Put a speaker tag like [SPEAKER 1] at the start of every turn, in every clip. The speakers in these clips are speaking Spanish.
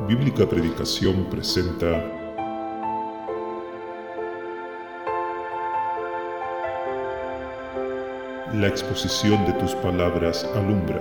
[SPEAKER 1] Bíblica Predicación presenta La exposición de tus palabras alumbra.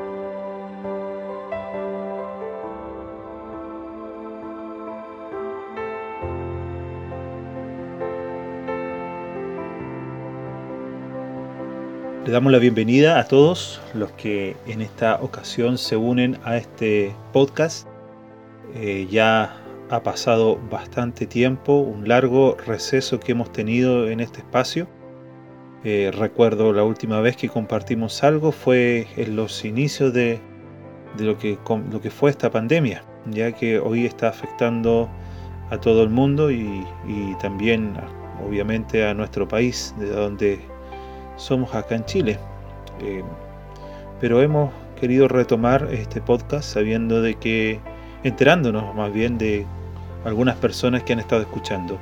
[SPEAKER 2] Le damos la bienvenida a todos los que en esta ocasión se unen a este podcast. Ya ha pasado bastante tiempo, un largo receso que hemos tenido en este espacio. Recuerdo la última vez que compartimos algo fue en los inicios de lo que fue esta pandemia, ya que hoy está afectando a todo el mundo y también obviamente a nuestro país, de donde somos acá en Chile. Pero hemos querido retomar este podcast sabiendo de que, enterándonos más bien de algunas personas que han estado escuchando.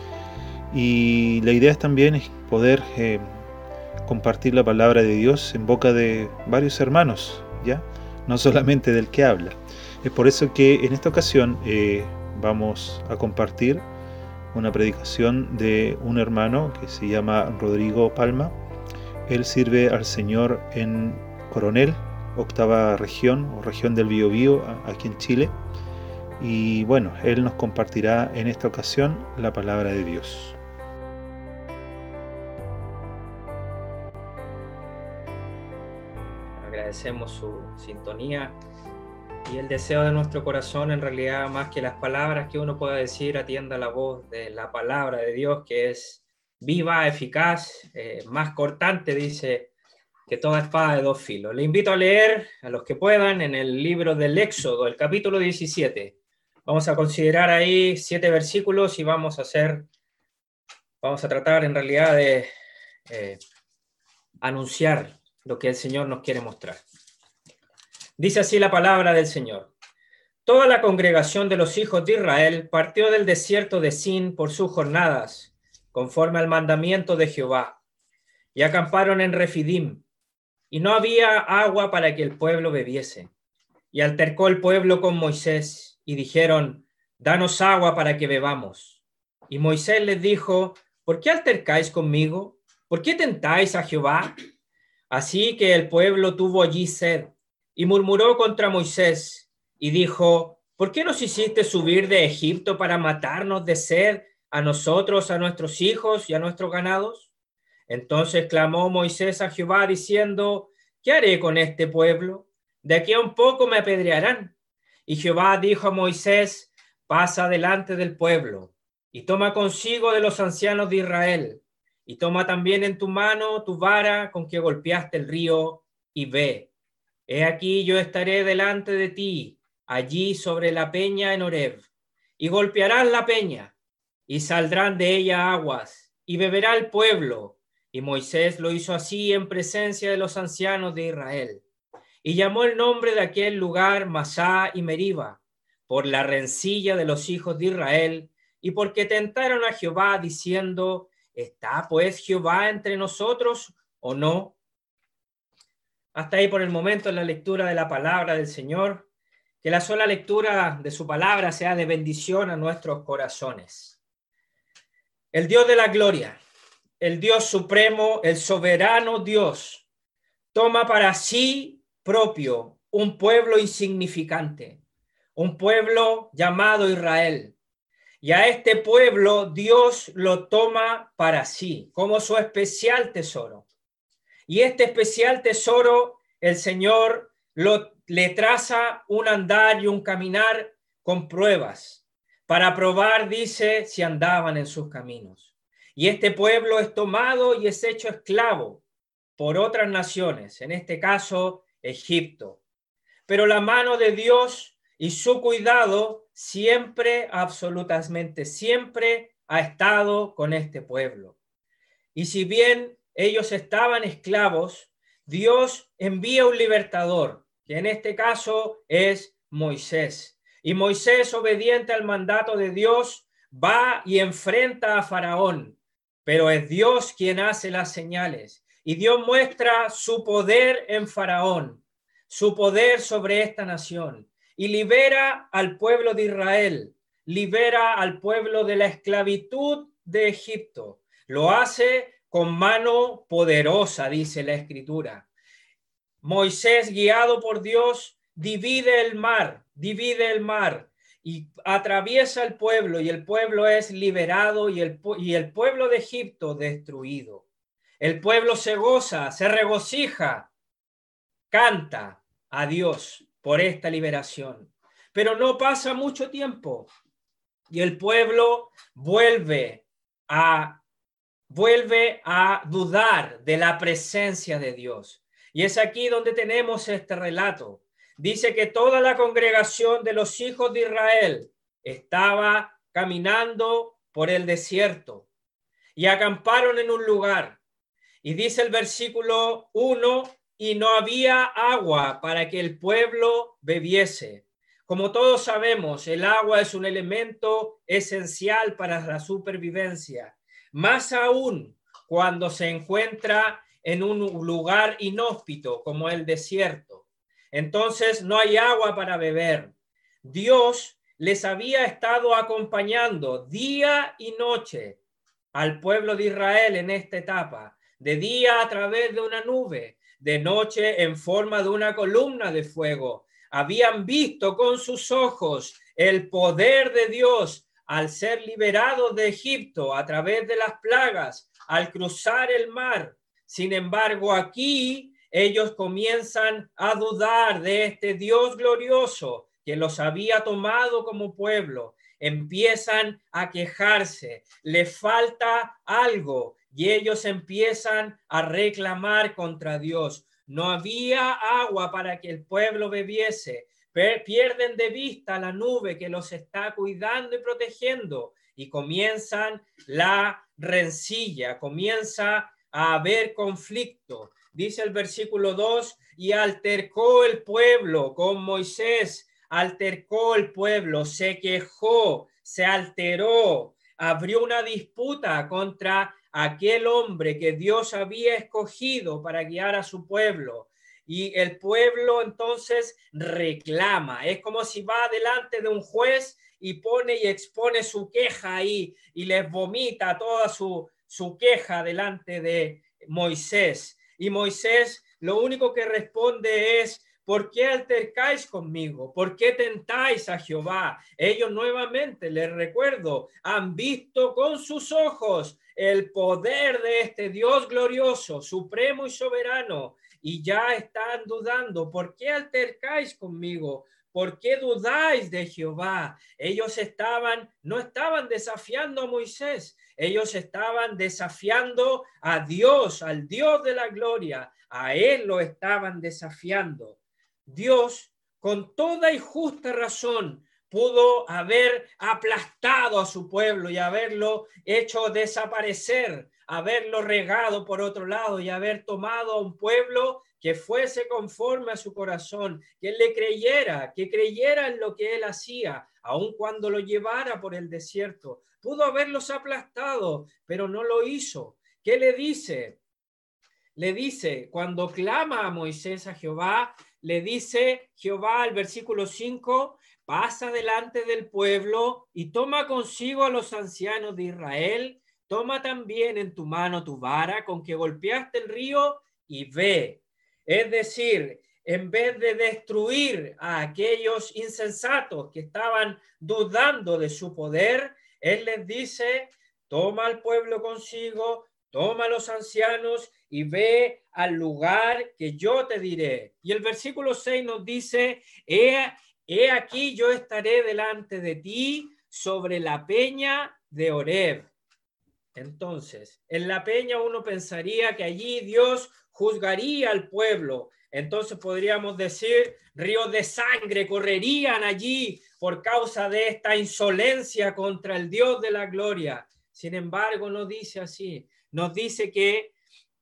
[SPEAKER 2] Y la idea es también poder compartir la palabra de Dios en boca de varios hermanos, ¿ya? No solamente del que habla. Es por eso que en esta ocasión vamos a compartir una predicación de un hermano que se llama Rodrigo Palma. Él sirve al Señor en Coronel, octava región o región del Biobío, aquí en Chile. Y bueno, él nos compartirá en esta ocasión la palabra de Dios.
[SPEAKER 3] Agradecemos su sintonía y el deseo de nuestro corazón, en realidad, más que las palabras que uno pueda decir, atienda la voz de la palabra de Dios, que es viva, eficaz, más cortante, dice, que toda espada de dos filos. Le invito a leer, a los que puedan, en el libro del Éxodo, el capítulo 17. Vamos a considerar ahí 7 versículos y vamos a tratar en realidad de anunciar lo que el Señor nos quiere mostrar. Dice así la palabra del Señor. Toda la congregación de los hijos de Israel partió del desierto de Sin por sus jornadas, conforme al mandamiento de Jehová, y acamparon en Refidim, y no había agua para que el pueblo bebiese. Y altercó el pueblo con Moisés, y dijeron, danos agua para que bebamos. Y Moisés les dijo, ¿por qué altercáis conmigo? ¿Por qué tentáis a Jehová? Así que el pueblo tuvo allí sed, y murmuró contra Moisés, y dijo, ¿por qué nos hiciste subir de Egipto para matarnos de sed a nosotros, a nuestros hijos y a nuestros ganados? Entonces clamó Moisés a Jehová diciendo, ¿qué haré con este pueblo? De aquí a un poco me apedrearán. Y Jehová dijo a Moisés, pasa delante del pueblo, y toma consigo de los ancianos de Israel, y toma también en tu mano tu vara con que golpeaste el río, y ve. He aquí yo estaré delante de ti, allí sobre la peña en Horeb, y golpearás la peña, y saldrán de ella aguas, y beberá el pueblo. Y Moisés lo hizo así en presencia de los ancianos de Israel. Y llamó el nombre de aquel lugar Masá y Meriba, por la rencilla de los hijos de Israel, y porque tentaron a Jehová diciendo, ¿está pues Jehová entre nosotros o no? Hasta ahí por el momento en la lectura de la palabra del Señor. Que la sola lectura de su palabra sea de bendición a nuestros corazones. El Dios de la gloria, el Dios supremo, el soberano Dios, toma para sí propio un pueblo insignificante, un pueblo llamado Israel. Y a este pueblo Dios lo toma para sí, como su especial tesoro. Y este especial tesoro, el Señor le traza un andar y un caminar con pruebas, para probar, dice, si andaban en sus caminos. Y este pueblo es tomado y es hecho esclavo por otras naciones, en este caso Egipto. Pero la mano de Dios y su cuidado siempre, absolutamente siempre, ha estado con este pueblo. Y si bien ellos estaban esclavos, Dios envía un libertador, que en este caso es Moisés. Y Moisés, obediente al mandato de Dios, va y enfrenta a Faraón, pero es Dios quien hace las señales. Y Dios muestra su poder en Faraón, su poder sobre esta nación. y libera al pueblo de Israel, libera al pueblo de la esclavitud de Egipto. Lo hace con mano poderosa, dice la Escritura. Moisés, guiado por Dios, divide el mar y atraviesa el pueblo, y el pueblo es liberado y el pueblo de Egipto destruido. El pueblo se goza, se regocija, canta a Dios por esta liberación. Pero no pasa mucho tiempo y el pueblo vuelve a dudar de la presencia de Dios. Y es aquí donde tenemos este relato. Dice que toda la congregación de los hijos de Israel estaba caminando por el desierto y acamparon en un lugar. Y dice el versículo 1, y no había agua para que el pueblo bebiese. Como todos sabemos, el agua es un elemento esencial para la supervivencia, más aún cuando se encuentra en un lugar inhóspito como el desierto. Entonces no hay agua para beber. Dios les había estado acompañando día y noche al pueblo de Israel en esta etapa, de día a través de una nube, de noche en forma de una columna de fuego. Habían visto con sus ojos el poder de Dios al ser liberados de Egipto a través de las plagas, al cruzar el mar. Sin embargo, aquí ellos comienzan a dudar de este Dios glorioso que los había tomado como pueblo. Empiezan a quejarse, les falta algo y ellos empiezan a reclamar contra Dios. No había agua para que el pueblo bebiese. Pierden de vista la nube que los está cuidando y protegiendo y comienzan la rencilla, comienza a haber conflicto. Dice el versículo 2, y altercó el pueblo con Moisés, altercó el pueblo, se quejó, se alteró, abrió una disputa contra aquel hombre que Dios había escogido para guiar a su pueblo. Y el pueblo entonces reclama. Es como si va delante de un juez y pone y expone su queja ahí y les vomita toda su queja delante de Moisés. Y Moisés lo único que responde es: ¿por qué altercáis conmigo? ¿Por qué tentáis a Jehová? Ellos nuevamente, les recuerdo, han visto con sus ojos el poder de este Dios glorioso, supremo y soberano, y ya están dudando. ¿Por qué altercáis conmigo? ¿Por qué dudáis de Jehová? Ellos no estaban desafiando a Moisés, ellos estaban desafiando a Dios, al Dios de la gloria. A él lo estaban desafiando. Dios, con toda y justa razón, pudo haber aplastado a su pueblo y haberlo hecho desaparecer, haberlo regado por otro lado y haber tomado a un pueblo que fuese conforme a su corazón, que le creyera, que creyera en lo que él hacía, aun cuando lo llevara por el desierto. Pudo haberlos aplastado, pero no lo hizo. ¿Qué le dice? Le dice, cuando clama a Moisés a Jehová, le dice Jehová al versículo 5, pasa delante del pueblo y toma consigo a los ancianos de Israel, toma también en tu mano tu vara con que golpeaste el río y ve. Es decir, en vez de destruir a aquellos insensatos que estaban dudando de su poder, él les dice, toma al pueblo consigo, toma a los ancianos y ve al lugar que yo te diré. Y el versículo 6 nos dice, he aquí yo estaré delante de ti sobre la peña de Horeb. Entonces, en la peña uno pensaría que allí Dios juzgaría al pueblo. Entonces podríamos decir, ríos de sangre correrían allí por causa de esta insolencia contra el Dios de la gloria. Sin embargo, no dice así. Nos dice que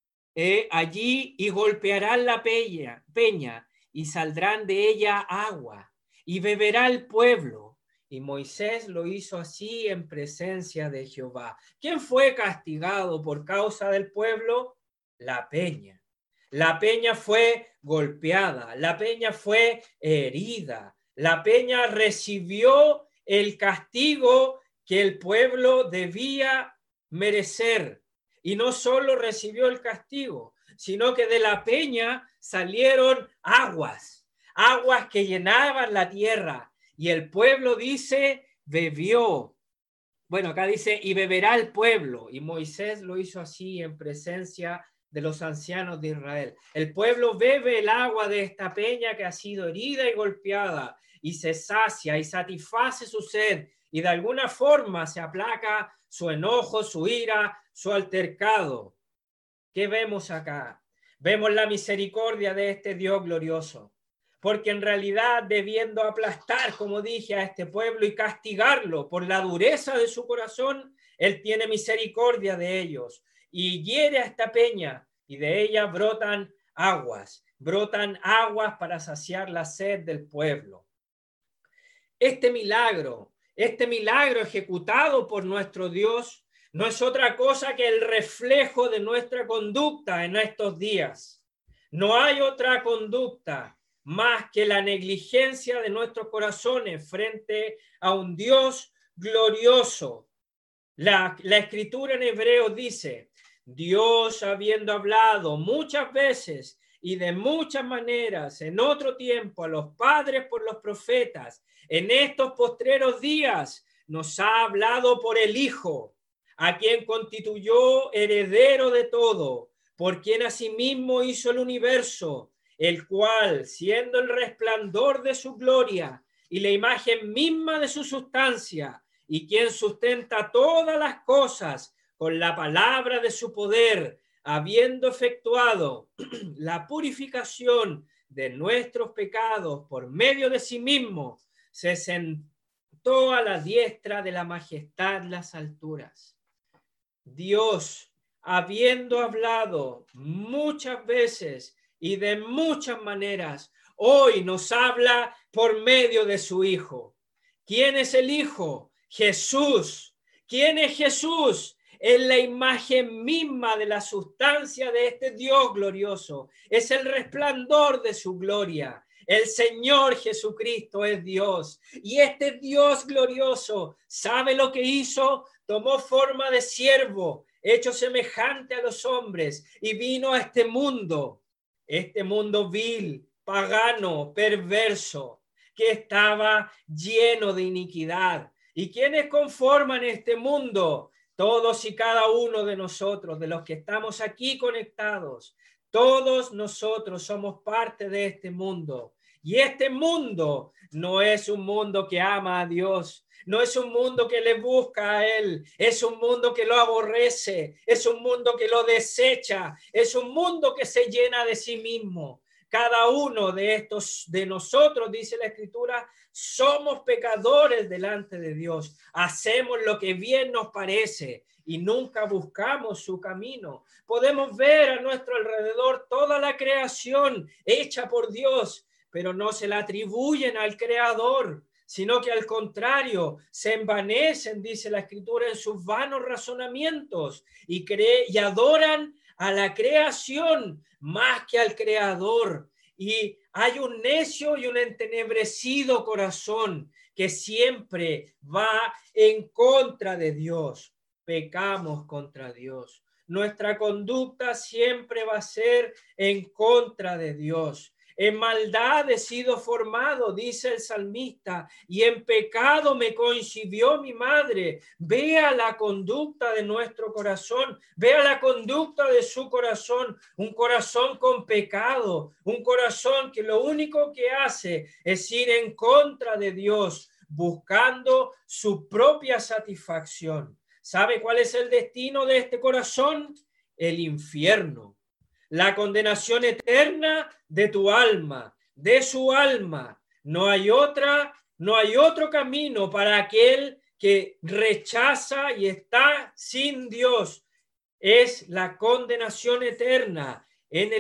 [SPEAKER 3] allí y golpearán la peña y saldrán de ella agua y beberá el pueblo. Y Moisés lo hizo así en presencia de Jehová. ¿Quién fue castigado por causa del pueblo? La peña. La peña fue golpeada, la peña fue herida, La peña recibió el castigo que el pueblo debía merecer. Y no solo recibió el castigo, sino que de la peña salieron aguas que llenaban la tierra. Y el pueblo dice, bebió. Bueno, acá dice, y beberá el pueblo. Y Moisés lo hizo así en presencia de los ancianos de Israel. El pueblo bebe el agua de esta peña que ha sido herida y golpeada, y se sacia y satisface su sed, y de alguna forma se aplaca su enojo, su ira, su altercado. ¿Qué vemos acá? Vemos la misericordia de este Dios glorioso, porque en realidad, debiendo aplastar, como dije, a este pueblo y castigarlo por la dureza de su corazón, Él tiene misericordia de ellos y hiere a esta peña, y de ella brotan aguas para saciar la sed del pueblo. Este milagro ejecutado por nuestro Dios no es otra cosa que el reflejo de nuestra conducta en estos días. No hay otra conducta más que la negligencia de nuestros corazones frente a un Dios glorioso. La escritura en hebreo dice, Dios, habiendo hablado muchas veces y de muchas maneras en otro tiempo a los padres por los profetas, en estos postreros días nos ha hablado por el Hijo, a quien constituyó heredero de todo, por quien asimismo hizo el universo, el cual, siendo el resplandor de su gloria y la imagen misma de su sustancia, y quien sustenta todas las cosas con la palabra de su poder, habiendo efectuado la purificación de nuestros pecados por medio de sí mismo, se sentó a la diestra de la majestad las alturas. Dios, habiendo hablado muchas veces y de muchas maneras, hoy nos habla por medio de su Hijo. ¿Quién es el Hijo? Jesús. ¿Quién es Jesús? Es la imagen misma de la sustancia de este Dios glorioso. Es el resplandor de su gloria. El Señor Jesucristo es Dios. Y este Dios glorioso, ¿sabe lo que hizo? Tomó forma de siervo, hecho semejante a los hombres, y vino a este mundo vil, pagano, perverso, que estaba lleno de iniquidad. ¿Y quiénes conforman este mundo? Todos y cada uno de nosotros, de los que estamos aquí conectados, todos nosotros somos parte de este mundo. Y este mundo no es un mundo que ama a Dios, no es un mundo que le busca a Él, es un mundo que lo aborrece, es un mundo que lo desecha, es un mundo que se llena de sí mismo. Cada uno de nosotros, dice la Escritura, somos pecadores delante de Dios. Hacemos lo que bien nos parece y nunca buscamos su camino. Podemos ver a nuestro alrededor toda la creación hecha por Dios, pero no se la atribuyen al Creador, sino que al contrario, se envanecen, dice la Escritura, en sus vanos razonamientos y adoran a la creación más que al Creador. Y hay un necio y un entenebrecido corazón que siempre va en contra de Dios. Pecamos contra Dios. Nuestra conducta siempre va a ser en contra de Dios. En maldad he sido formado, dice el salmista, y en pecado me concibió mi madre. Vea la conducta de nuestro corazón, vea la conducta de su corazón, un corazón con pecado, un corazón que lo único que hace es ir en contra de Dios, buscando su propia satisfacción. ¿Sabe cuál es el destino de este corazón? El infierno. La condenación eterna de tu alma, de su alma. No hay otro camino para aquel que rechaza y está sin Dios. Es la condenación eterna en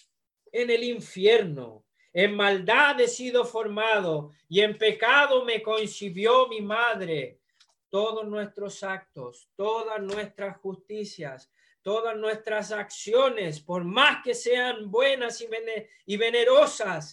[SPEAKER 3] el infierno. En maldad he sido formado y en pecado me concibió mi madre. Todos nuestros actos, todas nuestras justicias, todas nuestras acciones, por más que sean buenas y venerosas,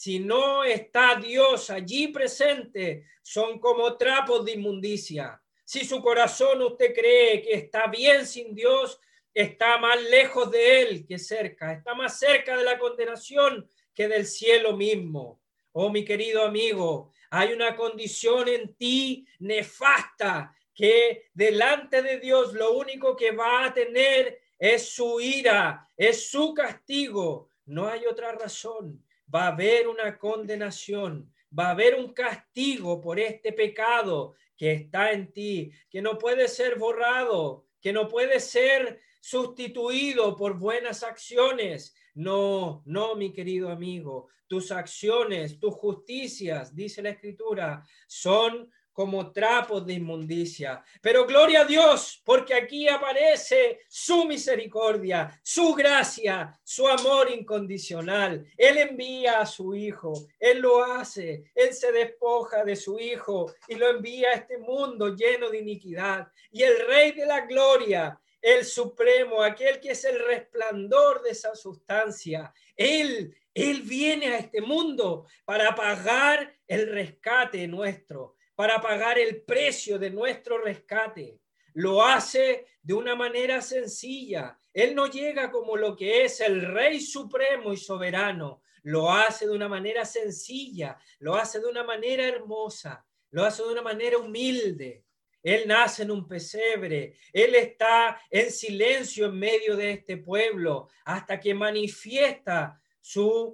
[SPEAKER 3] Si no está Dios allí presente, son como trapos de inmundicia. Si su corazón usted cree que está bien sin Dios, está más lejos de Él que cerca. Está más cerca de la condenación que del cielo mismo. Oh, mi querido amigo, hay una condición en ti nefasta que delante de Dios lo único que va a tener es su ira, es su castigo. No hay otra razón. Va a haber una condenación, va a haber un castigo por este pecado que está en ti, que no puede ser borrado, que no puede ser sustituido por buenas acciones. No, no, mi querido amigo, tus acciones, tus justicias, dice la Escritura, son como trapos de inmundicia. Pero gloria a Dios, porque aquí aparece su misericordia, su gracia, su amor incondicional. Él envía a su Hijo, Él lo hace, Él se despoja de su Hijo y lo envía a este mundo lleno de iniquidad. Y el Rey de la Gloria, el Supremo, aquel que es el resplandor de esa sustancia, Él viene a este mundo para pagar el rescate nuestro, para pagar el precio de nuestro rescate. Lo hace de una manera sencilla. Él no llega como lo que es el Rey Supremo y Soberano. Lo hace de una manera sencilla, lo hace de una manera hermosa, lo hace de una manera humilde. Él nace en un pesebre, Él está en silencio en medio de este pueblo hasta que manifiesta su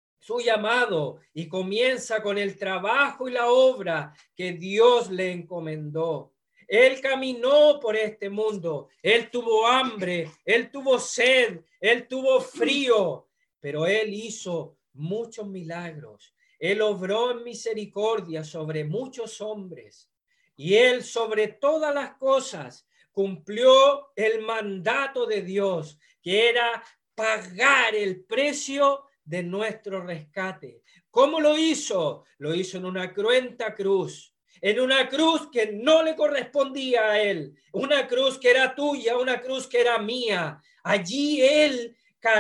[SPEAKER 3] llamado y comienza con el trabajo y la obra que Dios le encomendó. Él caminó por este mundo, Él tuvo hambre, Él tuvo sed, Él tuvo frío, pero Él hizo muchos milagros. Él obró en misericordia sobre muchos hombres y Él sobre todas las cosas cumplió el mandato de Dios, que era pagar el precio de nuestro rescate. ¿Cómo lo hizo? Lo hizo en una cruenta cruz, en una cruz que no le correspondía a Él, una cruz que era tuya, una cruz que era mía. Allí Él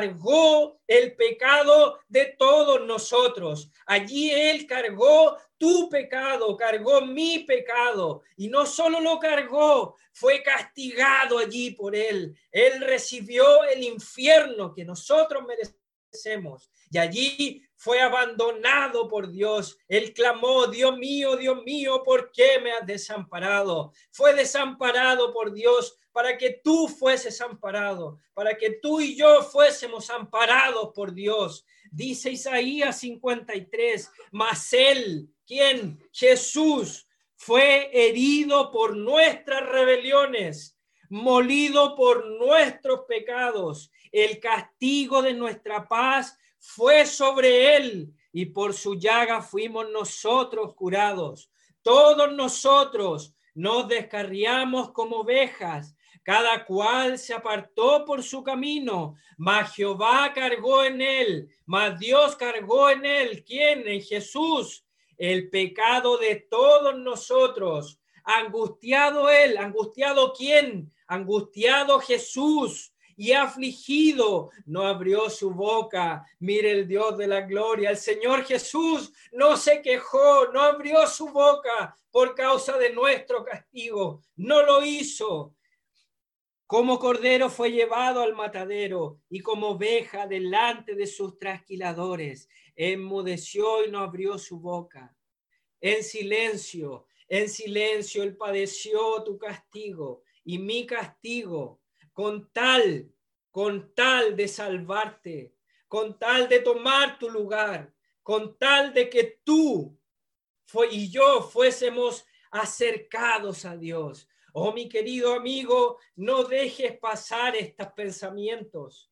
[SPEAKER 3] cargó el pecado de todos nosotros. Allí Él cargó tu pecado, cargó mi pecado. Y no solo lo cargó, fue castigado allí por Él. Él recibió el infierno que nosotros merecemos. Y allí fue abandonado por Dios. Él clamó: Dios mío, ¿por qué me has desamparado? Fue desamparado por Dios para que tú fueses amparado, para que tú y yo fuésemos amparados por Dios. Dice Isaías 53, mas Él, ¿quién? Jesús, fue herido por nuestras rebeliones, molido por nuestros pecados. El castigo de nuestra paz fue sobre Él y por su llaga fuimos nosotros curados. Todos nosotros nos descarriamos como ovejas, cada cual se apartó por su camino, mas Jehová cargó en él, mas Dios cargó en él. ¿Quién? En Jesús, el pecado de todos nosotros. Angustiado él, ¿angustiado quién? Angustiado Jesús y afligido, no abrió su boca. Mire el Dios de la gloria, el Señor Jesús no se quejó, no abrió su boca por causa de nuestro castigo, no lo hizo. Como cordero fue llevado al matadero y como oveja delante de sus trasquiladores, enmudeció y no abrió su boca. En silencio él padeció tu castigo y mi castigo, con tal de salvarte, con tal de tomar tu lugar, con tal de que tú y yo fuésemos acercados a Dios. Oh, mi querido amigo, no dejes pasar estos pensamientos.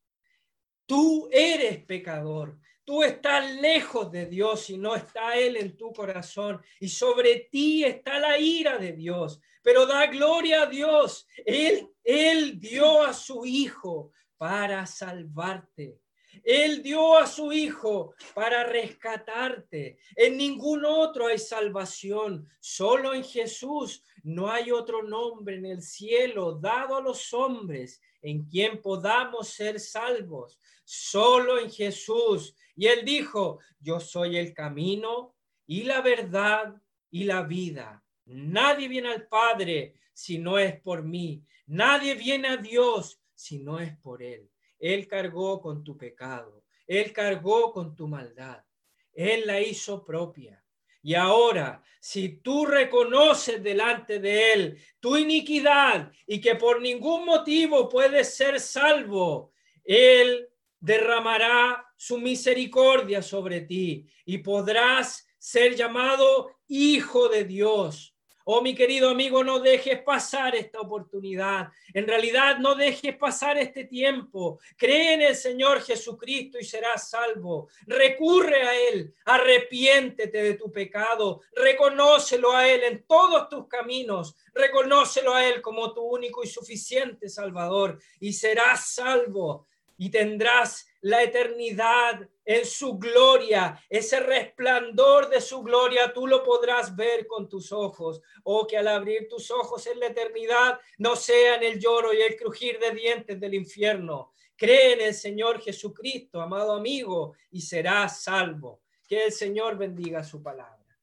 [SPEAKER 3] Tú eres pecador. Tú estás lejos de Dios y no está Él en tu corazón. Y sobre ti está la ira de Dios. Pero da gloria a Dios. Él dio a su Hijo para salvarte. Él dio a su Hijo para rescatarte. En ningún otro hay salvación, solo en Jesús. No hay otro nombre en el cielo dado a los hombres en quien podamos ser salvos, solo en Jesús. Y Él dijo, yo soy el camino y la verdad y la vida. Nadie viene al Padre si no es por mí. Nadie viene a Dios si no es por Él. Él cargó con tu pecado. Él cargó con tu maldad. Él la hizo propia. Y ahora, si tú reconoces delante de Él tu iniquidad y que por ningún motivo puedes ser salvo, Él derramará su misericordia sobre ti y podrás ser llamado hijo de Dios. Oh, mi querido amigo, no dejes pasar esta oportunidad. En realidad, no dejes pasar este tiempo. Cree en el Señor Jesucristo y serás salvo. Recurre a Él. Arrepiéntete de tu pecado. Reconócelo a Él en todos tus caminos. Reconócelo a Él como tu único y suficiente Salvador. Y serás salvo. Y tendrás la eternidad en su gloria, ese resplandor de su gloria, tú lo podrás ver con tus ojos. Oh, que al abrir tus ojos en la eternidad no sean el lloro y el crujir de dientes del infierno. Cree en el Señor Jesucristo, amado amigo, y serás salvo. Que el Señor bendiga su palabra.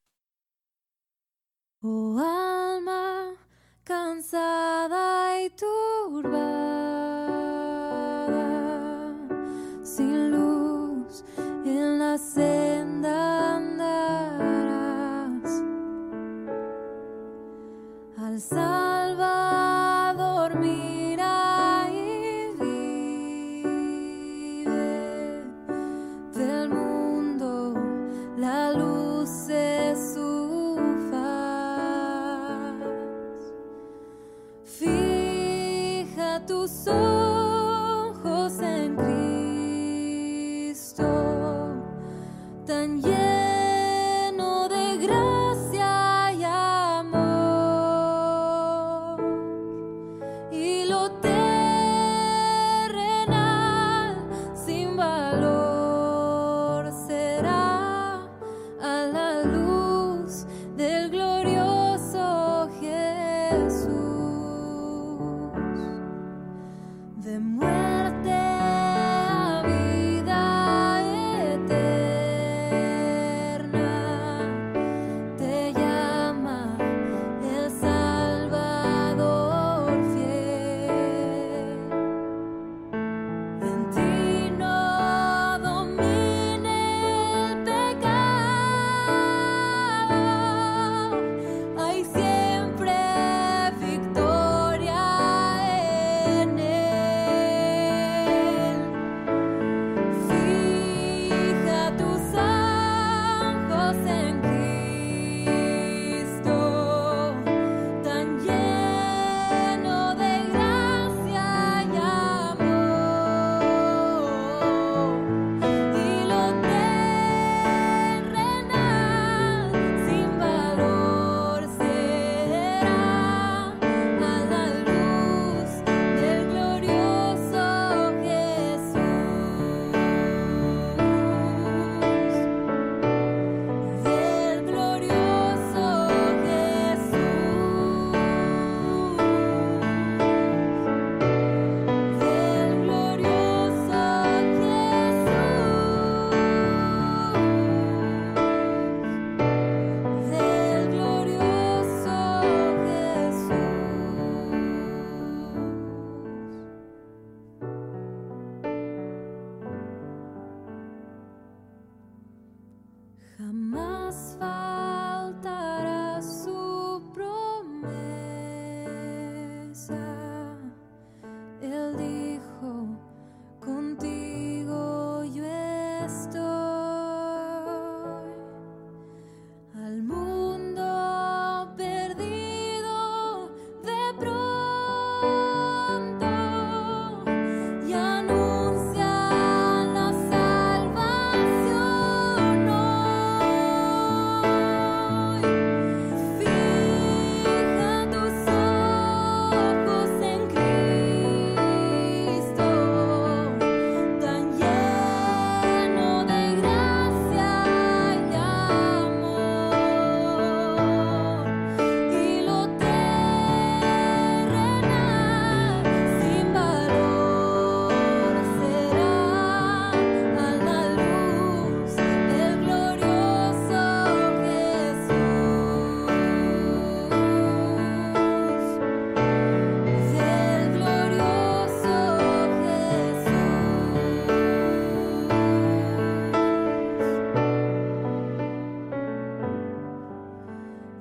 [SPEAKER 4] Oh, alma cansada y turbada, sin luz en la senda andarás. Al Salvador mira y vive, del mundo la luz es su faz. Fija tus ojos en Cristo, tan lleno de gracia y amor, y lo terrenal sin valor será a la luz del glorioso Jesús.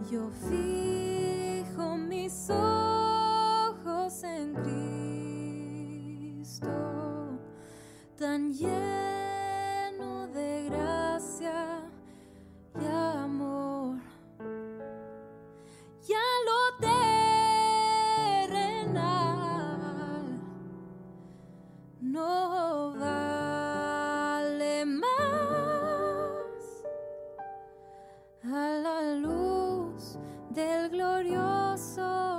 [SPEAKER 4] Yo fijo mis ojos en Cristo, tan lleno de gracia y amor. Ya lo terrenal no vale más a la luz del glorioso